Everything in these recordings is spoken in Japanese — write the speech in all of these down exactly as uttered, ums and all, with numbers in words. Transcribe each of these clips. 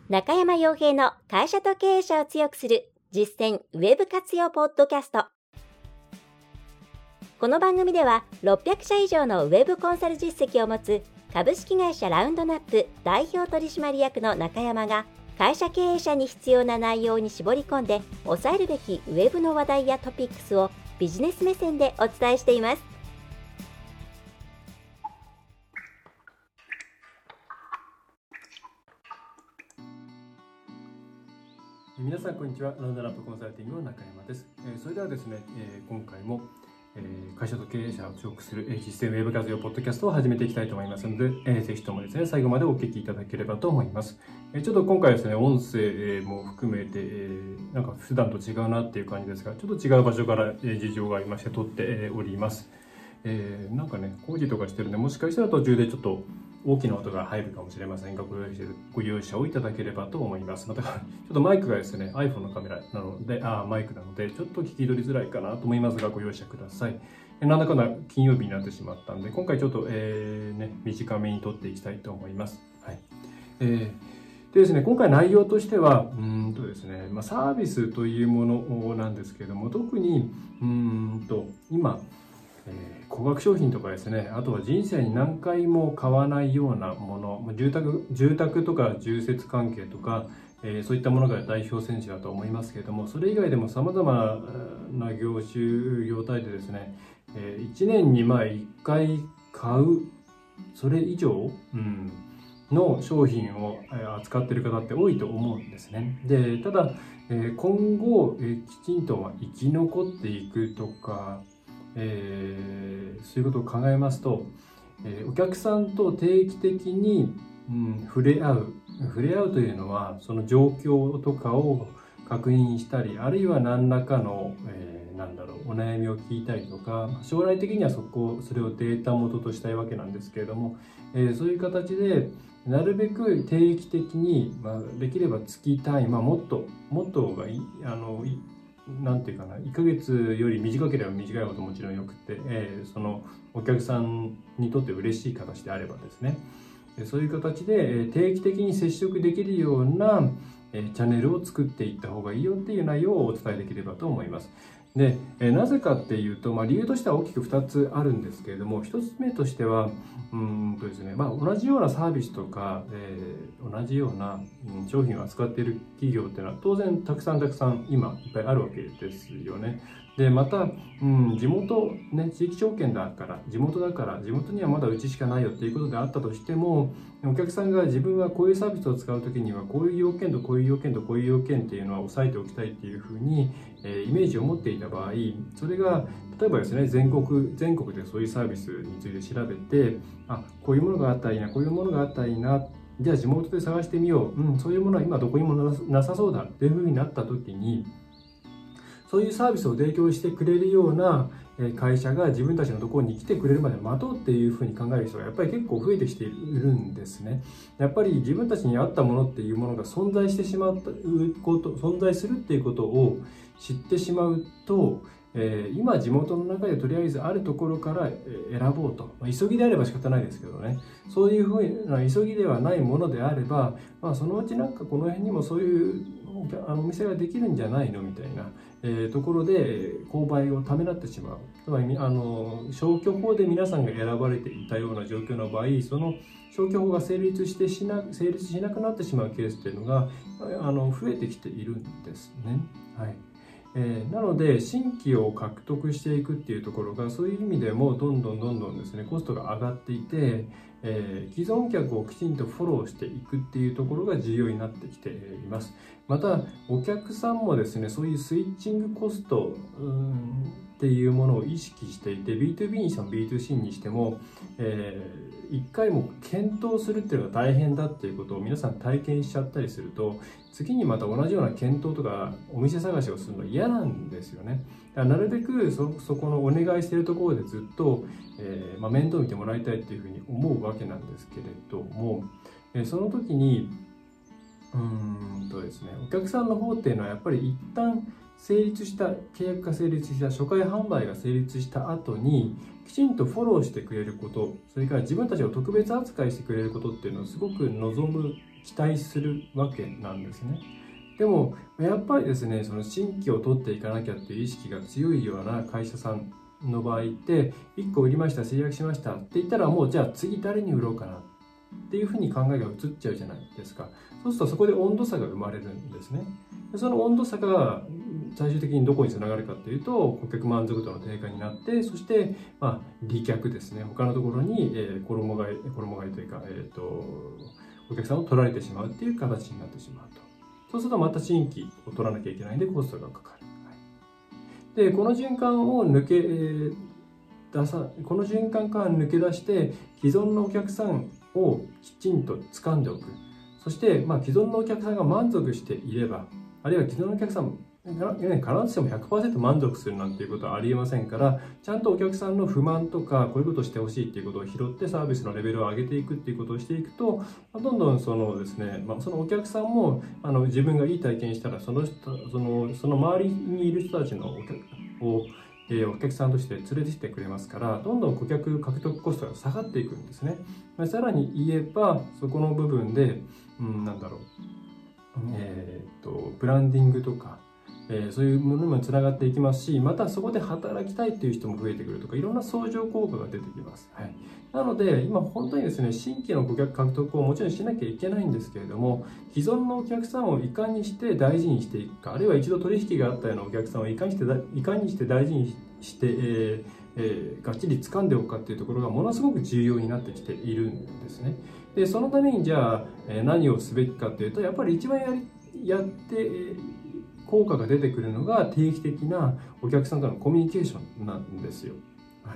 中山洋平の会社と経営者を強くする実践ウェブ活用ポッドキャスト。この番組ではろっぴゃくしゃ以上のウェブコンサル実績を持つ株式会社ラウンドナップ代表取締役の中山が会社経営者に必要な内容に絞り込んで押さえるべきウェブの話題やトピックスをビジネス目線でお伝えしています。 皆さんこんにちは。ラウンドナップコンサルティングの中山です。えー、それではですね、えー、今回も、えー、会社と経営者を強くする、えー、実践ウェブ活用ポッドキャストを始めていきたいと思いますので、えー、ぜひともですね、最後までお聞きいただければと思います。えー、ちょっと今回ですね、音声も含めて、えー、なんか普段と違うなっていう感じですが、ちょっと違う場所から、えー、事情がありまして撮って、えー、おります。えー、なんかね、工事とかしてるんで、もしかしたら途中でちょっと大きな音が入るかもしれませんが、ご容赦ご容赦をいただければと思います。また、ちょっとマイクがですね、iPhone のカメラなので、あマイクなので、ちょっと聞き取りづらいかなと思いますが、ご容赦ください。なんだかんだ金曜日になってしまったんで、今回ちょっと、えーね、短めに撮っていきたいと思います。はい。えー、でですね、今回内容としては、うんとですね、まあ、サービスというものなんですけれども、特に、うんと、今、えー、高額商品とかですね、あとは人生に何回も買わないようなもの、住宅、住宅とか住設関係とか、えー、そういったものが代表選手だと思いますけれども、それ以外でも様々な業種、業態でですね、えー、いちねんにまあいっかい買う、それ以上、うんの商品を扱っている方って多いと思うんですね。で、ただ、えー、今後、えー、きちんと生き残っていくとか、えー、そういうことを考えますと、えー、お客さんと定期的に、うん、触れ合う触れ合うというのはその状況とかを確認したり、あるいは何らかの、えー、なんだろうお悩みを聞いたりとか、将来的にはそこそれをデータ元としたいわけなんですけれども、えー、そういう形でなるべく定期的に、まあ、できれば月単位、まあ、もっともっとがいいあのいなんていうかな、いっかげつより短ければ短いほどもちろんよくて、えー、そのお客さんにとって嬉しい形であればですね、そういう形で定期的に接触できるようなチャンネルを作っていった方がいいよっていう内容をお伝えできればと思います。で、なぜかっていうと、まあ、理由としては大きくふたつあるんですけれども、ひとつめとしては、うんとですね、まあ、同じようなサービスとか、えー、同じような商品を扱っている企業っていうのは当然たくさんたくさん今いっぱいあるわけですよね。で、また、うん、地元、ね、地域証券だから、地元だから、地元にはまだうちしかないよっていうことであったとしても、お客さんが自分はこういうサービスを使うときには、こういう要件とこういう要件とこういう要件っていうのは押さえておきたいっていうふうに、えー、イメージを持っていた場合、それが、例えばですね、全国、全国でそういうサービスについて調べて、あ、こういうものがあったらいいな、こういうものがあったらいいな、じゃあ地元で探してみよう、うん、そういうものは今どこにもなさそうだっていうふうになったときに、そういうサービスを提供してくれるような会社が自分たちのところに来てくれるまで待とうっていうふうに考える人がやっぱり結構増えてきているんですね。やっぱり自分たちに合ったものっていうものが存在してしまうこと、存在するっていうことを知ってしまうと、えー、今地元の中でとりあえずあるところから選ぼうと、まあ、急ぎであれば仕方ないですけどね、そういうふうな急ぎではないものであれば、まあ、そのうちなんかこの辺にもそういうあのお店ができるんじゃないのみたいな、えー、ところで購買をためらってしまう。つまりあの消去法で皆さんが選ばれていたような状況の場合、その消去法が成立してしな成立しなくなってしまうケースっていうのがあの増えてきているんですね。はい。えー、なので新規を獲得していくっていうところがそういう意味でもどんどんどんどんですねコストが上がっていて、えー、既存客をきちんとフォローしていくっていうところが重要になってきています。またお客さんもですねそういうスイッチングコストうんっていうものを意識していて ビーツービー にしても ビーツーシー にしても、えー、いっかいも検討するっていうのが大変だっていうことを皆さん体験しちゃったりすると次にまた同じような検討とかお店探しをするの嫌なんですよね。だからなるべく そ, そこのお願いしているところでずっと、えーまあ、面倒見てもらいたいっていうふうに思うわけなんですけれども、えー、その時にうーんとですね、お客さんの方っていうのはやっぱり一旦成立した契約が成立した初回販売が成立した後にきちんとフォローしてくれること、それから自分たちを特別扱いしてくれることっていうのをすごく望む期待するわけなんですね。でもやっぱりですね、その新規を取っていかなきゃっていう意識が強いような会社さんの場合って、いっこ売りました、制約しましたって言ったら、もうじゃあ次誰に売ろうかなっていうふうに考えが移っちゃうじゃないですか。そうするとそこで温度差が生まれるんですね。その温度差が最終的にどこにつながるかというと、顧客満足度の低下になって、そして、まあ、離客ですね。他のところに、えー、衣替え、衣替えというか、えーと、お客さんを取られてしまうっていう形になってしまうと。そうするとまた新規を取らなきゃいけないんでコストがかかる。はい、で、この循環を抜け出さ、この循環から抜け出して、既存のお客さんをきちんと掴んでおく。そして、まあ、既存のお客さんが満足していれば、あるいは既存のお客さん、必ずしも ひゃくパーセント 満足するなんていうことはありえませんから、ちゃんとお客さんの不満とか、こういうことをしてほしいっていうことを拾ってサービスのレベルを上げていくっていうことをしていくと、どんどんそのですね、まあ、そのお客さんもあの自分がいい体験したら、その人、その、その周りにいる人たちのお客を、えー、お客さんとして連れてきてくれますから、どんどん顧客獲得コストが下がっていくんですね。さらに言えば、そこの部分で、うん、なんだろう、えー、っと、ブランディングとか、えー、そういうものにもつながっていきますし、またそこで働きたいっていう人も増えてくるとか、いろんな相乗効果が出てきます。はい、なので、今本当にですね、新規の顧客獲得をもちろんしなきゃいけないんですけれども、既存のお客さんをいかにして大事にしていくか、あるいは一度取引があったようなお客さんをいかにしていかにして大事にして、えーえー、がっちり掴んでおくかっていうところがものすごく重要になってきているんですね。で、そのためにじゃあ、えー、何をすべきかというと、やっぱり一番やりやって、えー効果が出てくるのが定期的なお客さんとのコミュニケーションなんですよ。はい、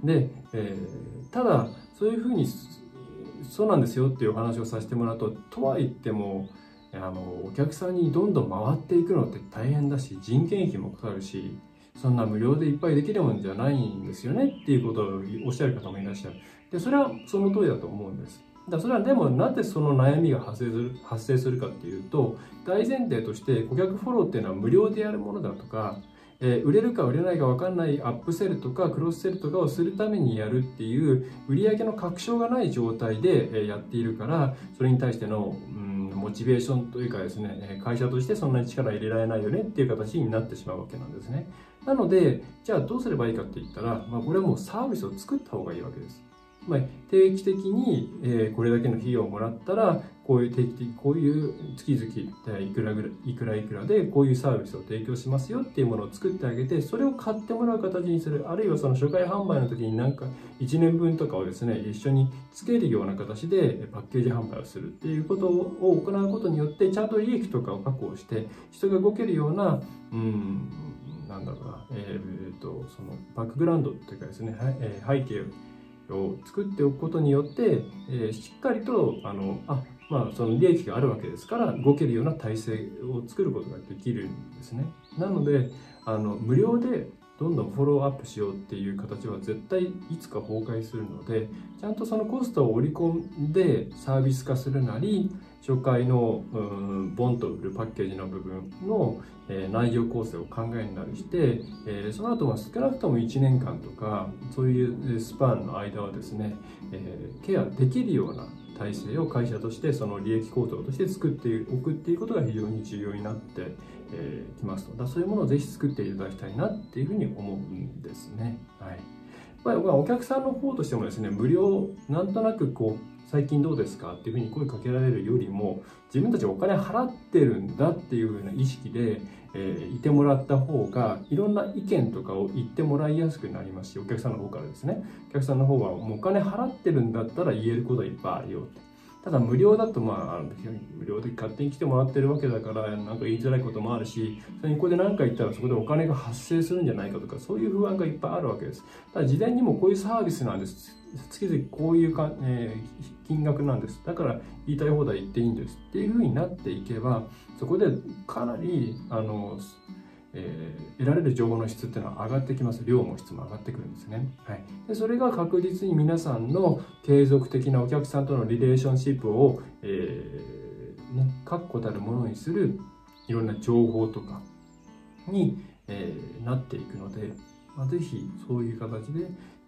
で、えー、ただそういうふうにそうなんですよっていうお話をさせてもらうと、とは言ってもあのお客さんにどんどん回っていくのって大変だし、人件費もかかるし、そんな無料でいっぱいできるもんじゃないんですよねっていうことをおっしゃる方もいらっしゃる。で、それはその通りだと思うんです。だそれはでもなぜその悩みが発生する発生するかっていうと、大前提として顧客フォローっていうのは無料でやるものだとか、えー、売れるか売れないか分かんないアップセルとかクロスセルとかをするためにやるっていう売上の確証がない状態でやっているから、それに対しての、うん、モチベーションというかですね、会社としてそんなに力入れられないよねっていう形になってしまうわけなんですね。なので、じゃあどうすればいいかって言ったら、まあ、これはもうサービスを作った方がいいわけです。まあ、定期的に、えー、これだけの費用をもらったら、こういう定期的、こういう月々いくらぐらい、いくらいくらでこういうサービスを提供しますよっていうものを作ってあげて、それを買ってもらう形にする。あるいはその初回販売の時になんかいちねんぶんとかをですね、一緒につけるような形でパッケージ販売をするっていうことを行うことによって、ちゃんと利益とかを確保して、人が動けるような、うん、なんだろうな、えー、と、そのバックグラウンドというかですね、背景をを作っておくことによって、えー、しっかりとあのあ、まあ、その利益があるわけですから動けるような体制を作ることができるんですね。なのであの無料でどんどんフォローアップしようっていう形は絶対いつか崩壊するので、ちゃんとそのコストを織り込んでサービス化するなり、初回のうんボンと売るパッケージの部分の、えー、内容構成を考えるなりして、えー、その後は少なくともいちねんかんとかそういうスパンの間はですね、えー、ケアできるような体制を会社としてその利益構造として作っておくっていうことが非常に重要になってきますと。だそういうものをぜひ作っていただきたいなっていうふうに思うんですね。はい。まあ、お客さんの方としてもですね、無料なんとなくこう最近どうですかっていうふうに声かけられるよりも、自分たちお金払ってるんだっていうふうな意識で、えー、いてもらった方がいろんな意見とかを言ってもらいやすくなりますし、お客さんの方からですね、お客さんの方はもうお金払ってるんだったら言えることはいっぱいあるよって。ただ無料だとまあ無料で勝手に来てもらってるわけだからなんか言いづらいこともあるし、それにここで何か言ったらそこでお金が発生するんじゃないかとか、そういう不安がいっぱいあるわけです。ただ事前にもこういうサービスなんです、月々こういうか、えー、金額なんです、だから言いたい放題言っていいんですっていうふうになっていけば、そこでかなりあのえー、得られる情報の質っていうのは上がってきます。量も質も上がってくるんですね。はい、でそれが確実に皆さんの継続的なお客さんとのリレーションシップを、えーね、確固たるものにするいろんな情報とかに、えー、なっていくので、まあ、ぜひそういう形で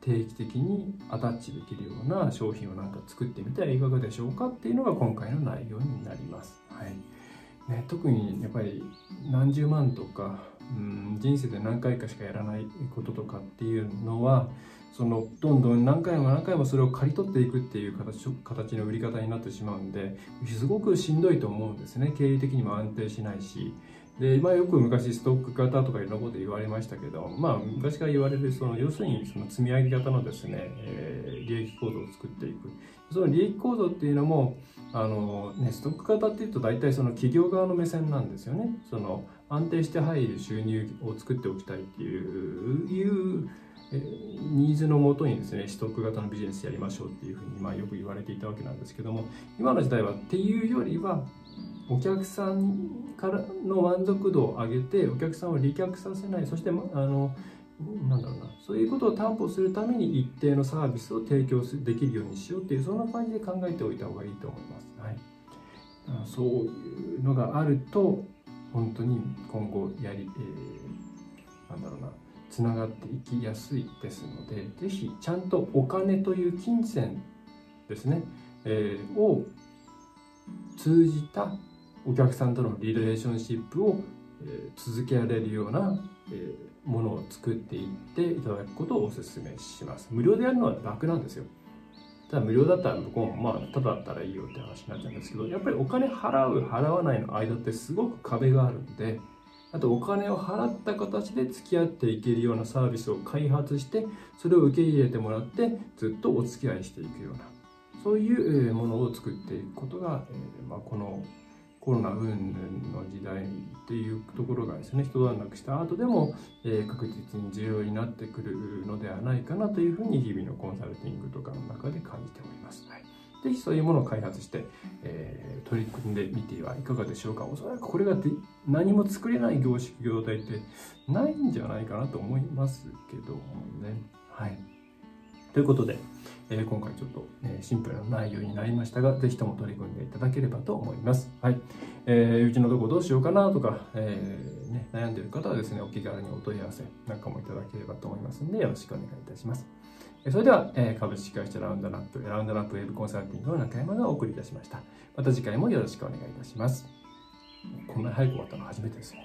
定期的にアタッチできるような商品をなんか作ってみてはいかがでしょうかっていうのが今回の内容になります。はいね、特にやっぱり何十万とか、うん、人生で何回かしかやらないこととかっていうのはそのどんどん何回も何回もそれを刈り取っていくっていう形、形の売り方になってしまうんですごくしんどいと思うんですね。経営的にも安定しないし。で、まあ、よく昔ストック型とかいろんなこと言われましたけど、まあ、昔から言われるその要するにその積み上げ型のですね、えー、利益構造を作っていく。その利益構造っていうのもあの、ね、ストック型っていうと大体その企業側の目線なんですよね。その安定して入る収入を作っておきたいっていういうニーズのもとにですね、ストック型のビジネスやりましょうっていうふうにまあよく言われていたわけなんですけども、今の時代はっていうよりはお客さんからの満足度を上げてお客さんを離却させない、そしてあのなんだろうな、そういうことを担保するために一定のサービスを提供できるようにしようっていう、そんな感じで考えておいた方がいいと思います。はい、そういうのがあると本当に今後やり、えー、なんだろうなつながっていきやすいですので、ぜひちゃんとお金という金銭ですね、えー、を通じたお客さんとのリレーションシップを、えー、続けられるような、えー、ものを作っていっていただくことをお勧めします。無料でやるのは楽なんですよ。ただ無料だったら向こうもまあただだったらいいよって話になっちゃうんですけど、やっぱりお金払う払わないの間ってすごく壁があるんで、あとお金を払った形で付き合っていけるようなサービスを開発してそれを受け入れてもらってずっとお付き合いしていくような、そういうものを作っていくことが、えーまあ、このコロナ云々の時代っていうところがですね、一段落した後でも、えー、確実に重要になってくるのではないかなというふうに日々のコンサルティングとかの中で感じております。はい、ぜひそういうものを開発して、えー、取り組んでみてはいかがでしょうか。おそらくこれがで何も作れない業種業態ってないんじゃないかなと思いますけどもね。はい。ということで、えー、今回ちょっと、えー、シンプルな内容になりましたが、ぜひとも取り組んでいただければと思います。はい。えー、うちのとこどうしようかなとか、えーね、悩んでいる方はですね、お気軽にお問い合わせなんかもいただければと思いますので、よろしくお願いいたします。それでは、えー、株式会社ラウンドナップ、ラウンドナップウェブコンサルティングの中山がお送りいたしました。また次回もよろしくお願いいたします。こんなに早く終わったの初めてですね。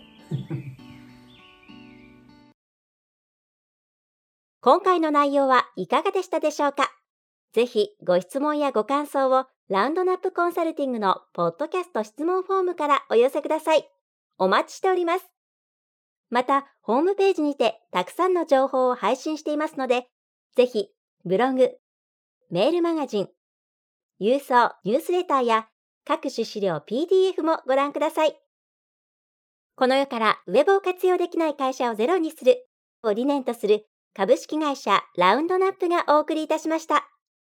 今回の内容はいかがでしたでしょうか。ぜひご質問やご感想をラウンドナップコンサルティングのポッドキャスト質問フォームからお寄せください。お待ちしております。また、ホームページにてたくさんの情報を配信していますので、ぜひブログ、メールマガジン、郵送ニュースレターや各種資料 ピーディーエフ もご覧ください。この世からウェブを活用できない会社をゼロにするを理念とする株式会社ラウンドナップがお送りいたしました。